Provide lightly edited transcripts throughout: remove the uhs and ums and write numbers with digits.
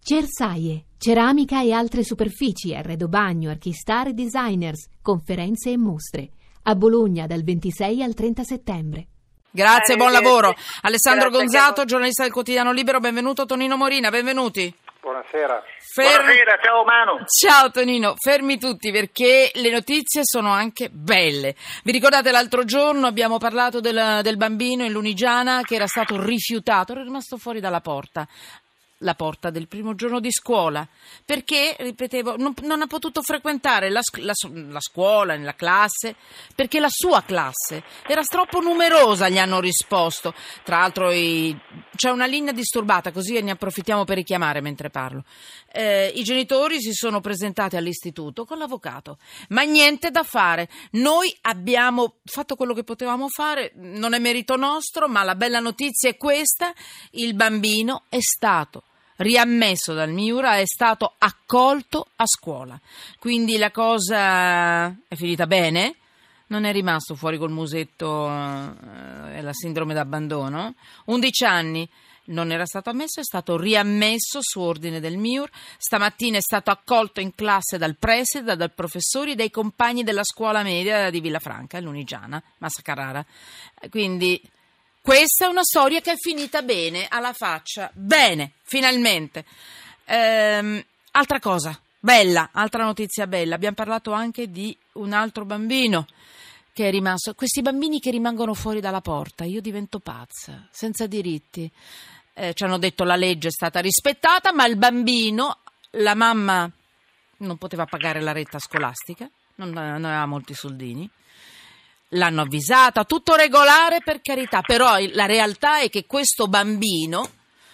Cersaie, ceramica e altre superfici, arredo bagno, archistar e designers, conferenze e mostre. A Bologna dal 26 al 30 settembre. Grazie, buon lavoro. Alessandro Grazie Gonzato, giornalista del Quotidiano Libero, benvenuto. Tonino Morina, benvenuti. Buonasera. Buonasera, ciao Manu. Ciao Tonino, fermi tutti perché le notizie sono anche belle. Vi ricordate l'altro giorno abbiamo parlato del bambino in Lunigiana che era stato rifiutato, era rimasto fuori dalla porta. La porta del primo giorno di scuola, perché, ripetevo, non ha potuto frequentare la scuola, nella classe, perché la sua classe era troppo numerosa, gli hanno risposto. Tra l'altro c'è una linea disturbata, così ne approfittiamo per richiamare mentre parlo. I genitori si sono presentati all'istituto con l'avvocato, ma niente da fare. Noi abbiamo fatto quello che potevamo fare, non è merito nostro, ma la bella notizia è questa: il bambino è stato riammesso dal Miura, è stato accolto a scuola. Quindi la cosa è finita bene, non è rimasto fuori col musetto e la sindrome d'abbandono. 11 anni. Non era stato ammesso, è stato riammesso su ordine del MIUR. Stamattina è stato accolto in classe dal preside, dal professore e dai compagni della scuola media di Villafranca, Lunigiana, Massa Carrara. Quindi questa è una storia che è finita bene, alla faccia. Bene, finalmente. Altra cosa, bella, altra notizia bella. Abbiamo parlato anche di un altro bambino che è rimasto. Questi bambini che rimangono fuori dalla porta, io divento pazza, senza diritti. Ci hanno detto la legge è stata rispettata, ma il bambino, la mamma non poteva pagare la retta scolastica, non aveva molti soldini. L'hanno avvisata, tutto regolare per carità, però la realtà è che questo bambino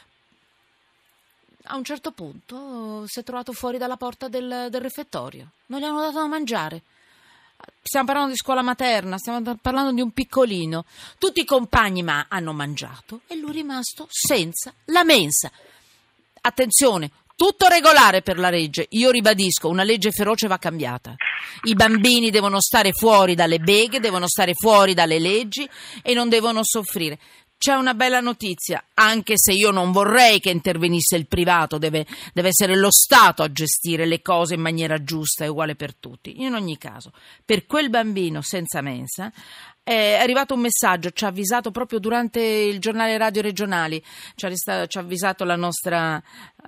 a un certo punto si è trovato fuori dalla porta del refettorio, non gli hanno dato da mangiare. Stiamo parlando di scuola materna, stiamo parlando di un piccolino. Tutti i compagni hanno mangiato e lui è rimasto senza la mensa. Attenzione, tutto regolare per la legge. Io ribadisco, una legge feroce va cambiata. I bambini devono stare fuori dalle beghe, devono stare fuori dalle leggi e non devono soffrire. C'è una bella notizia, anche se io non vorrei che intervenisse il privato, deve essere lo Stato a gestire le cose in maniera giusta e uguale per tutti. In ogni caso, per quel bambino senza mensa è arrivato un messaggio, ci ha avvisato proprio durante il giornale radio regionali, ci ha avvisato la nostra...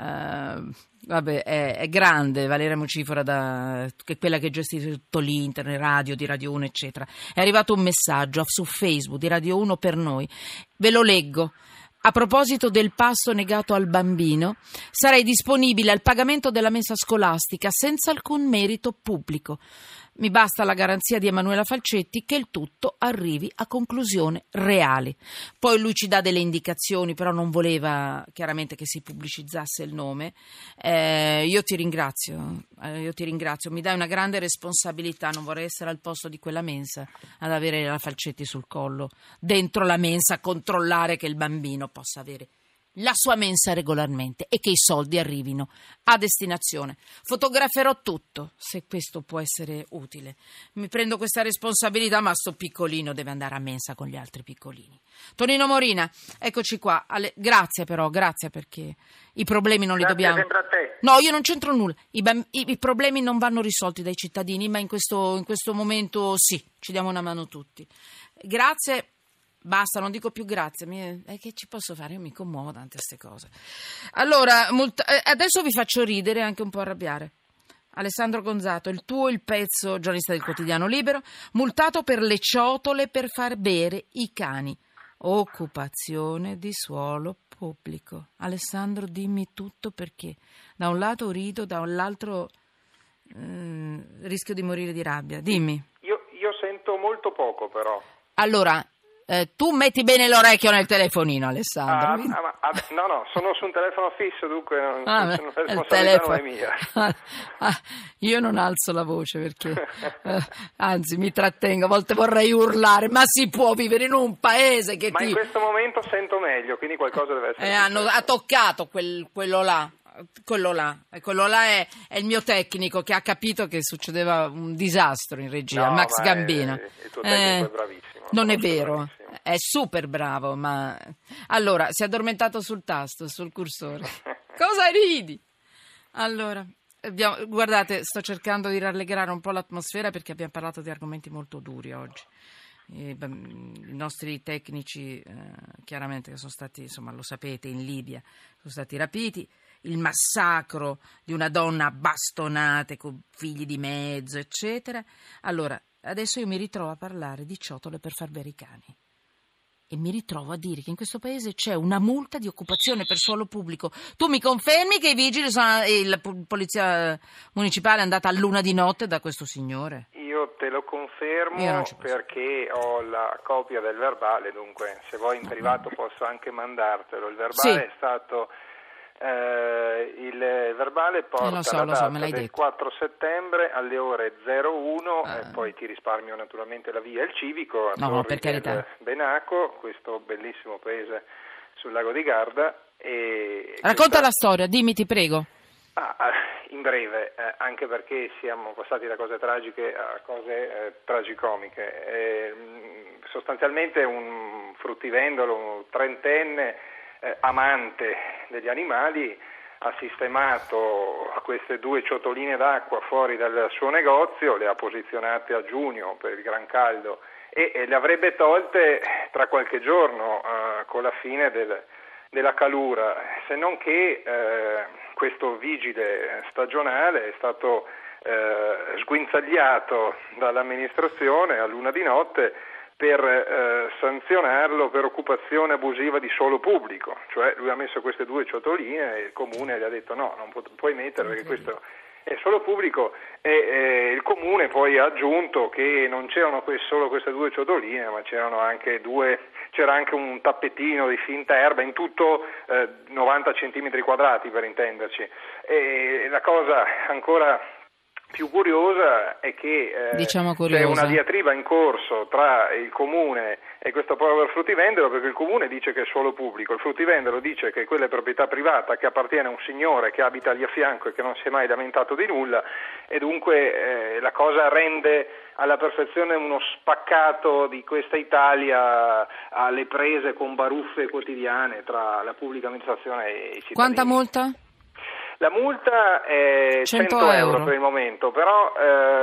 è grande Valeria Mucifora, che è quella che gestisce tutto l'internet, radio di Radio 1 eccetera. È arrivato un messaggio su Facebook di Radio 1 per noi, ve lo leggo. A proposito del pasto negato al bambino, sarei disponibile al pagamento della mensa scolastica senza alcun merito pubblico. Mi basta la garanzia di Emanuela Falcetti che il tutto arrivi a conclusioni reali. Poi lui ci dà delle indicazioni, però non voleva chiaramente che si pubblicizzasse il nome. Io ti ringrazio, mi dai una grande responsabilità, non vorrei essere al posto di quella mensa ad avere la Falcetti sul collo, dentro la mensa a controllare che il bambino possa avere la sua mensa regolarmente e che i soldi arrivino a destinazione. Fotograferò tutto, se questo può essere utile. Mi prendo questa responsabilità, ma sto piccolino deve andare a mensa con gli altri piccolini. Tonino Morina, eccoci qua. Grazie perché i problemi non li dobbiamo... Sempre a te. No, io non c'entro nulla. I problemi non vanno risolti dai cittadini, ma in questo momento sì, ci diamo una mano tutti. Grazie. Basta, non dico più grazie, che ci posso fare? Io mi commuovo tante queste cose. Allora, adesso vi faccio ridere e anche un po' arrabbiare. Alessandro Gonzato, il pezzo, giornalista del Quotidiano Libero, multato per le ciotole per far bere i cani. Occupazione di suolo pubblico. Alessandro, dimmi tutto perché. Da un lato rido, dall'altro rischio di morire di rabbia. Dimmi. Io sento molto poco però. Allora... tu metti bene l'orecchio nel telefonino, Alessandro. No, sono su un telefono fisso, dunque la il responsabilità telefono. non è mia. Io non alzo la voce perché, anzi, mi trattengo. A volte vorrei urlare, ma si può vivere in un paese che in questo momento sento meglio, quindi qualcosa deve essere. Ha toccato quello là. Quello là è il mio tecnico che ha capito che succedeva un disastro in regia, Max Gambino. Il tuo tecnico è bravissimo. Non è vero, bravissimo. è super bravo, ma allora si è addormentato sul tasto, sul cursore. Cosa ridi? Allora, guardate, sto cercando di rallegrare un po' l'atmosfera perché abbiamo parlato di argomenti molto duri oggi. I nostri tecnici, chiaramente, che sono stati, insomma, lo sapete, in Libia, sono stati rapiti. Il massacro di una donna a bastonate con figli di mezzo, eccetera. Allora, adesso io mi ritrovo a parlare di ciotole per far bere i cani. E mi ritrovo a dire che in questo paese c'è una multa di occupazione per suolo pubblico. Tu mi confermi che i vigili la polizia municipale è andata a luna di notte da questo signore? Io te lo confermo perché ho la copia del verbale, dunque se vuoi in privato posso anche mandartelo. Il verbale è stato... il verbale porta la data del 4 settembre alle ore 01 e poi ti risparmio naturalmente la via e il civico a Torri per carità. Benaco, questo bellissimo paese sul lago di Garda. Racconta la storia, dimmi, ti prego. In breve, anche perché siamo passati da cose tragiche a cose tragicomiche. Sostanzialmente un fruttivendolo, un trentenne amante degli animali ha sistemato queste 2 ciotoline d'acqua fuori dal suo negozio, le ha posizionate a giugno per il gran caldo e le avrebbe tolte tra qualche giorno con la fine della calura, se non che questo vigile stagionale è stato sguinzagliato dall'amministrazione a luna di notte per sanzionarlo per occupazione abusiva di suolo pubblico, cioè lui ha messo queste 2 ciotoline e il comune gli ha detto no, non puoi mettere perché questo è suolo pubblico e il comune poi ha aggiunto che non c'erano solo queste 2 ciotoline ma c'era anche un tappetino di finta erba, in tutto 90 centimetri quadrati per intenderci, e la cosa ancora più curiosa è che c'è una diatriba in corso tra il comune e questo povero fruttivendolo, perché il comune dice che è suolo pubblico, il fruttivendolo dice che quella è proprietà privata che appartiene a un signore che abita lì a fianco e che non si è mai lamentato di nulla, e dunque la cosa rende alla perfezione uno spaccato di questa Italia alle prese con baruffe quotidiane tra la pubblica amministrazione e i cittadini. Quanta multa? La multa è 100 euro per il momento, però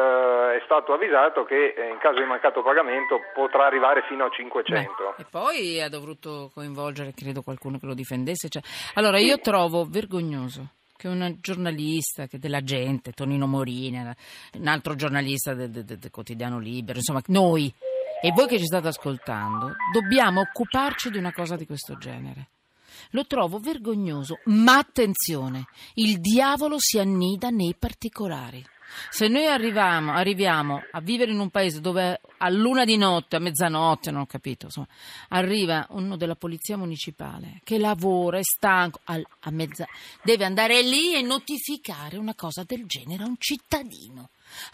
è stato avvisato che in caso di mancato pagamento potrà arrivare fino a 500. E poi ha dovuto coinvolgere, credo, qualcuno che lo difendesse. Allora, io trovo vergognoso che una giornalista della Gente, Tonino Morina, un altro giornalista del quotidiano Libero, insomma, noi e voi che ci state ascoltando, dobbiamo occuparci di una cosa di questo genere. Lo trovo vergognoso, ma attenzione, il diavolo si annida nei particolari. Se noi arriviamo a vivere in un paese dove a luna di notte, a mezzanotte, non ho capito, insomma, arriva uno della polizia municipale che lavora, è stanco, deve andare lì e notificare una cosa del genere a un cittadino.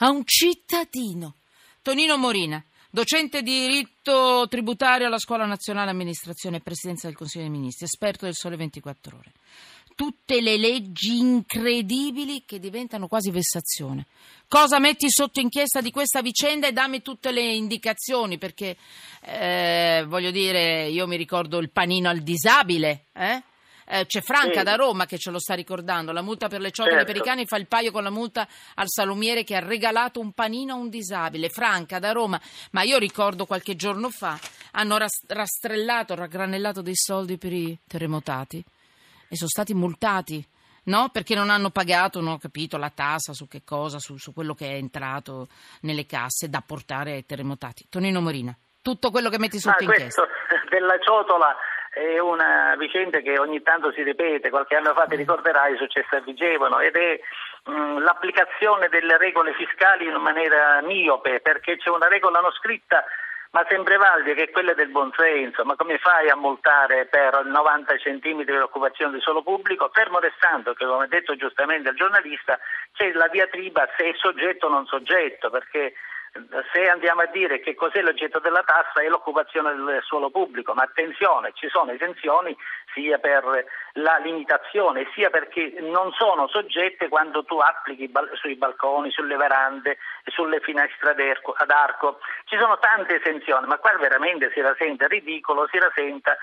Tonino Morina, docente di diritto tributario alla Scuola Nazionale Amministrazione e Presidenza del Consiglio dei Ministri, esperto del Sole 24 Ore. Tutte le leggi incredibili che diventano quasi vessazione. Cosa metti sotto inchiesta di questa vicenda e dammi tutte le indicazioni, perché voglio dire, io mi ricordo il panino al disabile, c'è Franca da Roma che ce lo sta ricordando, la multa per le ciotole per i cani fa il paio con la multa al salumiere che ha regalato un panino a un disabile. Franca da Roma, ma io ricordo qualche giorno fa hanno raggranellato dei soldi per i terremotati e sono stati multati, no? Perché non hanno pagato, non ho capito, la tassa su che cosa, su quello che è entrato nelle casse da portare ai terremotati. Tonino Morina, tutto quello che metti sotto inchiesta. Della ciotola è una vicenda che ogni tanto si ripete, qualche anno fa ti ricorderai è successa a Vigevano, ed è l'applicazione delle regole fiscali in maniera miope, perché c'è una regola non scritta ma sempre valida, che è quella del buonsenso. Ma come fai a multare per 90 centimetri di occupazione di suolo pubblico, fermo restando che, come ha detto giustamente il giornalista, c'è la diatriba se è soggetto o non soggetto, perché se andiamo a dire che cos'è l'oggetto della tassa è l'occupazione del suolo pubblico, ma attenzione, ci sono esenzioni sia per la limitazione sia perché non sono soggette quando tu applichi sui balconi, sulle verande, sulle finestre ad arco. Ci sono tante esenzioni, ma qua veramente si rasenta ridicolo, si rasenta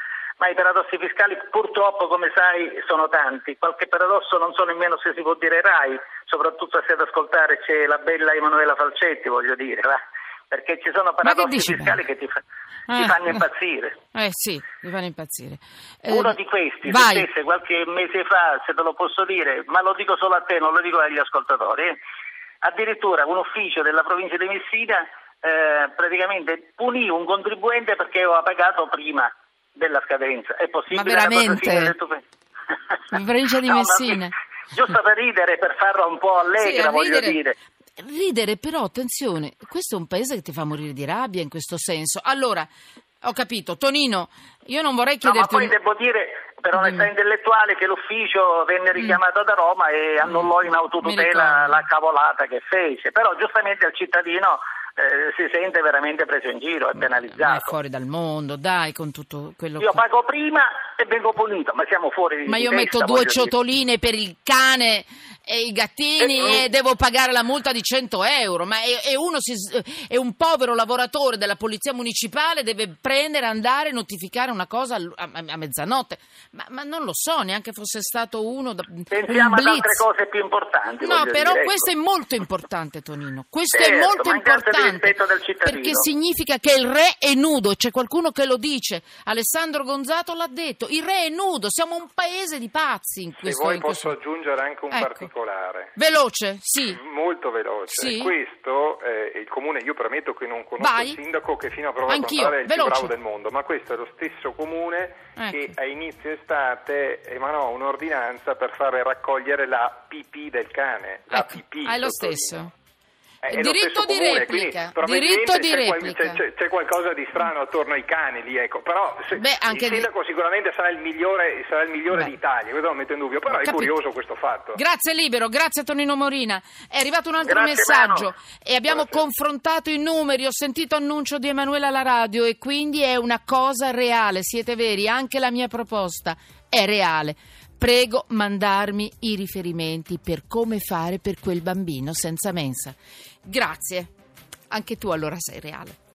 ma i paradossi fiscali purtroppo, come sai, sono tanti. Qualche paradosso non so nemmeno se si può dire Rai, soprattutto se ad ascoltare c'è la bella Emanuela Falcetti, voglio dire, va? Perché ci sono paradossi fiscali che ti fanno impazzire. Sì, mi fanno impazzire. Uno di questi, successe qualche mese fa, se te lo posso dire, ma lo dico solo a te, non lo dico agli ascoltatori. Addirittura un ufficio della provincia di Messina praticamente punì un contribuente perché aveva pagato prima della scadenza. È possibile? Ma veramente? La provincia di Messina? Giusto per ridere, per farla un po' allegra, voglio dire. Ridere, però attenzione, questo è un paese che ti fa morire di rabbia in questo senso. Allora, ho capito, Tonino, io non vorrei chiederti... No, ma poi devo dire, per onestà intellettuale, che l'ufficio venne richiamato da Roma e annullò in autotutela la cavolata che fece. Però giustamente al cittadino si sente veramente preso in giro e penalizzato. Ma è fuori dal mondo, dai, con tutto quello Io pago prima e vengo punito, ma siamo fuori di Ma io testa, metto 2 ciotoline per il cane e i gattini e devo pagare la multa di 100 euro, ma è un povero lavoratore della polizia municipale, deve andare a notificare una cosa a mezzanotte, ma non lo so, neanche fosse stato uno pensiamo ad altre cose più importanti. No, però dire, questo è molto importante, Tonino, questo è molto importante, perché significa che il re è nudo, c'è qualcuno che lo dice, Alessandro Gonzato l'ha detto, il re è nudo, siamo un paese di pazzi in questo. Se vuoi posso aggiungere anche un particolare. Veloce, sì. Molto veloce. Sì. Questo il comune, io premetto che non conosco il sindaco che fino a prova contraria è il più bravo del mondo, ma questo è lo stesso comune che a inizio estate emanò un'ordinanza per fare raccogliere la pipì del cane. La pipì. È lo stesso. Diritto di replica. C'è qualcosa di strano attorno ai cani lì, ecco. Però il sindaco sicuramente sarà il migliore d'Italia, questo non metto in dubbio, però è curioso questo fatto. Grazie Libero, grazie a Tonino Morina. È arrivato un altro messaggio, Mano. E abbiamo confrontato i numeri, ho sentito annuncio di Emanuela alla radio e quindi è una cosa reale, siete veri, anche la mia proposta è reale. Prego mandarmi i riferimenti per come fare per quel bambino senza mensa. Grazie. Anche tu allora sei reale.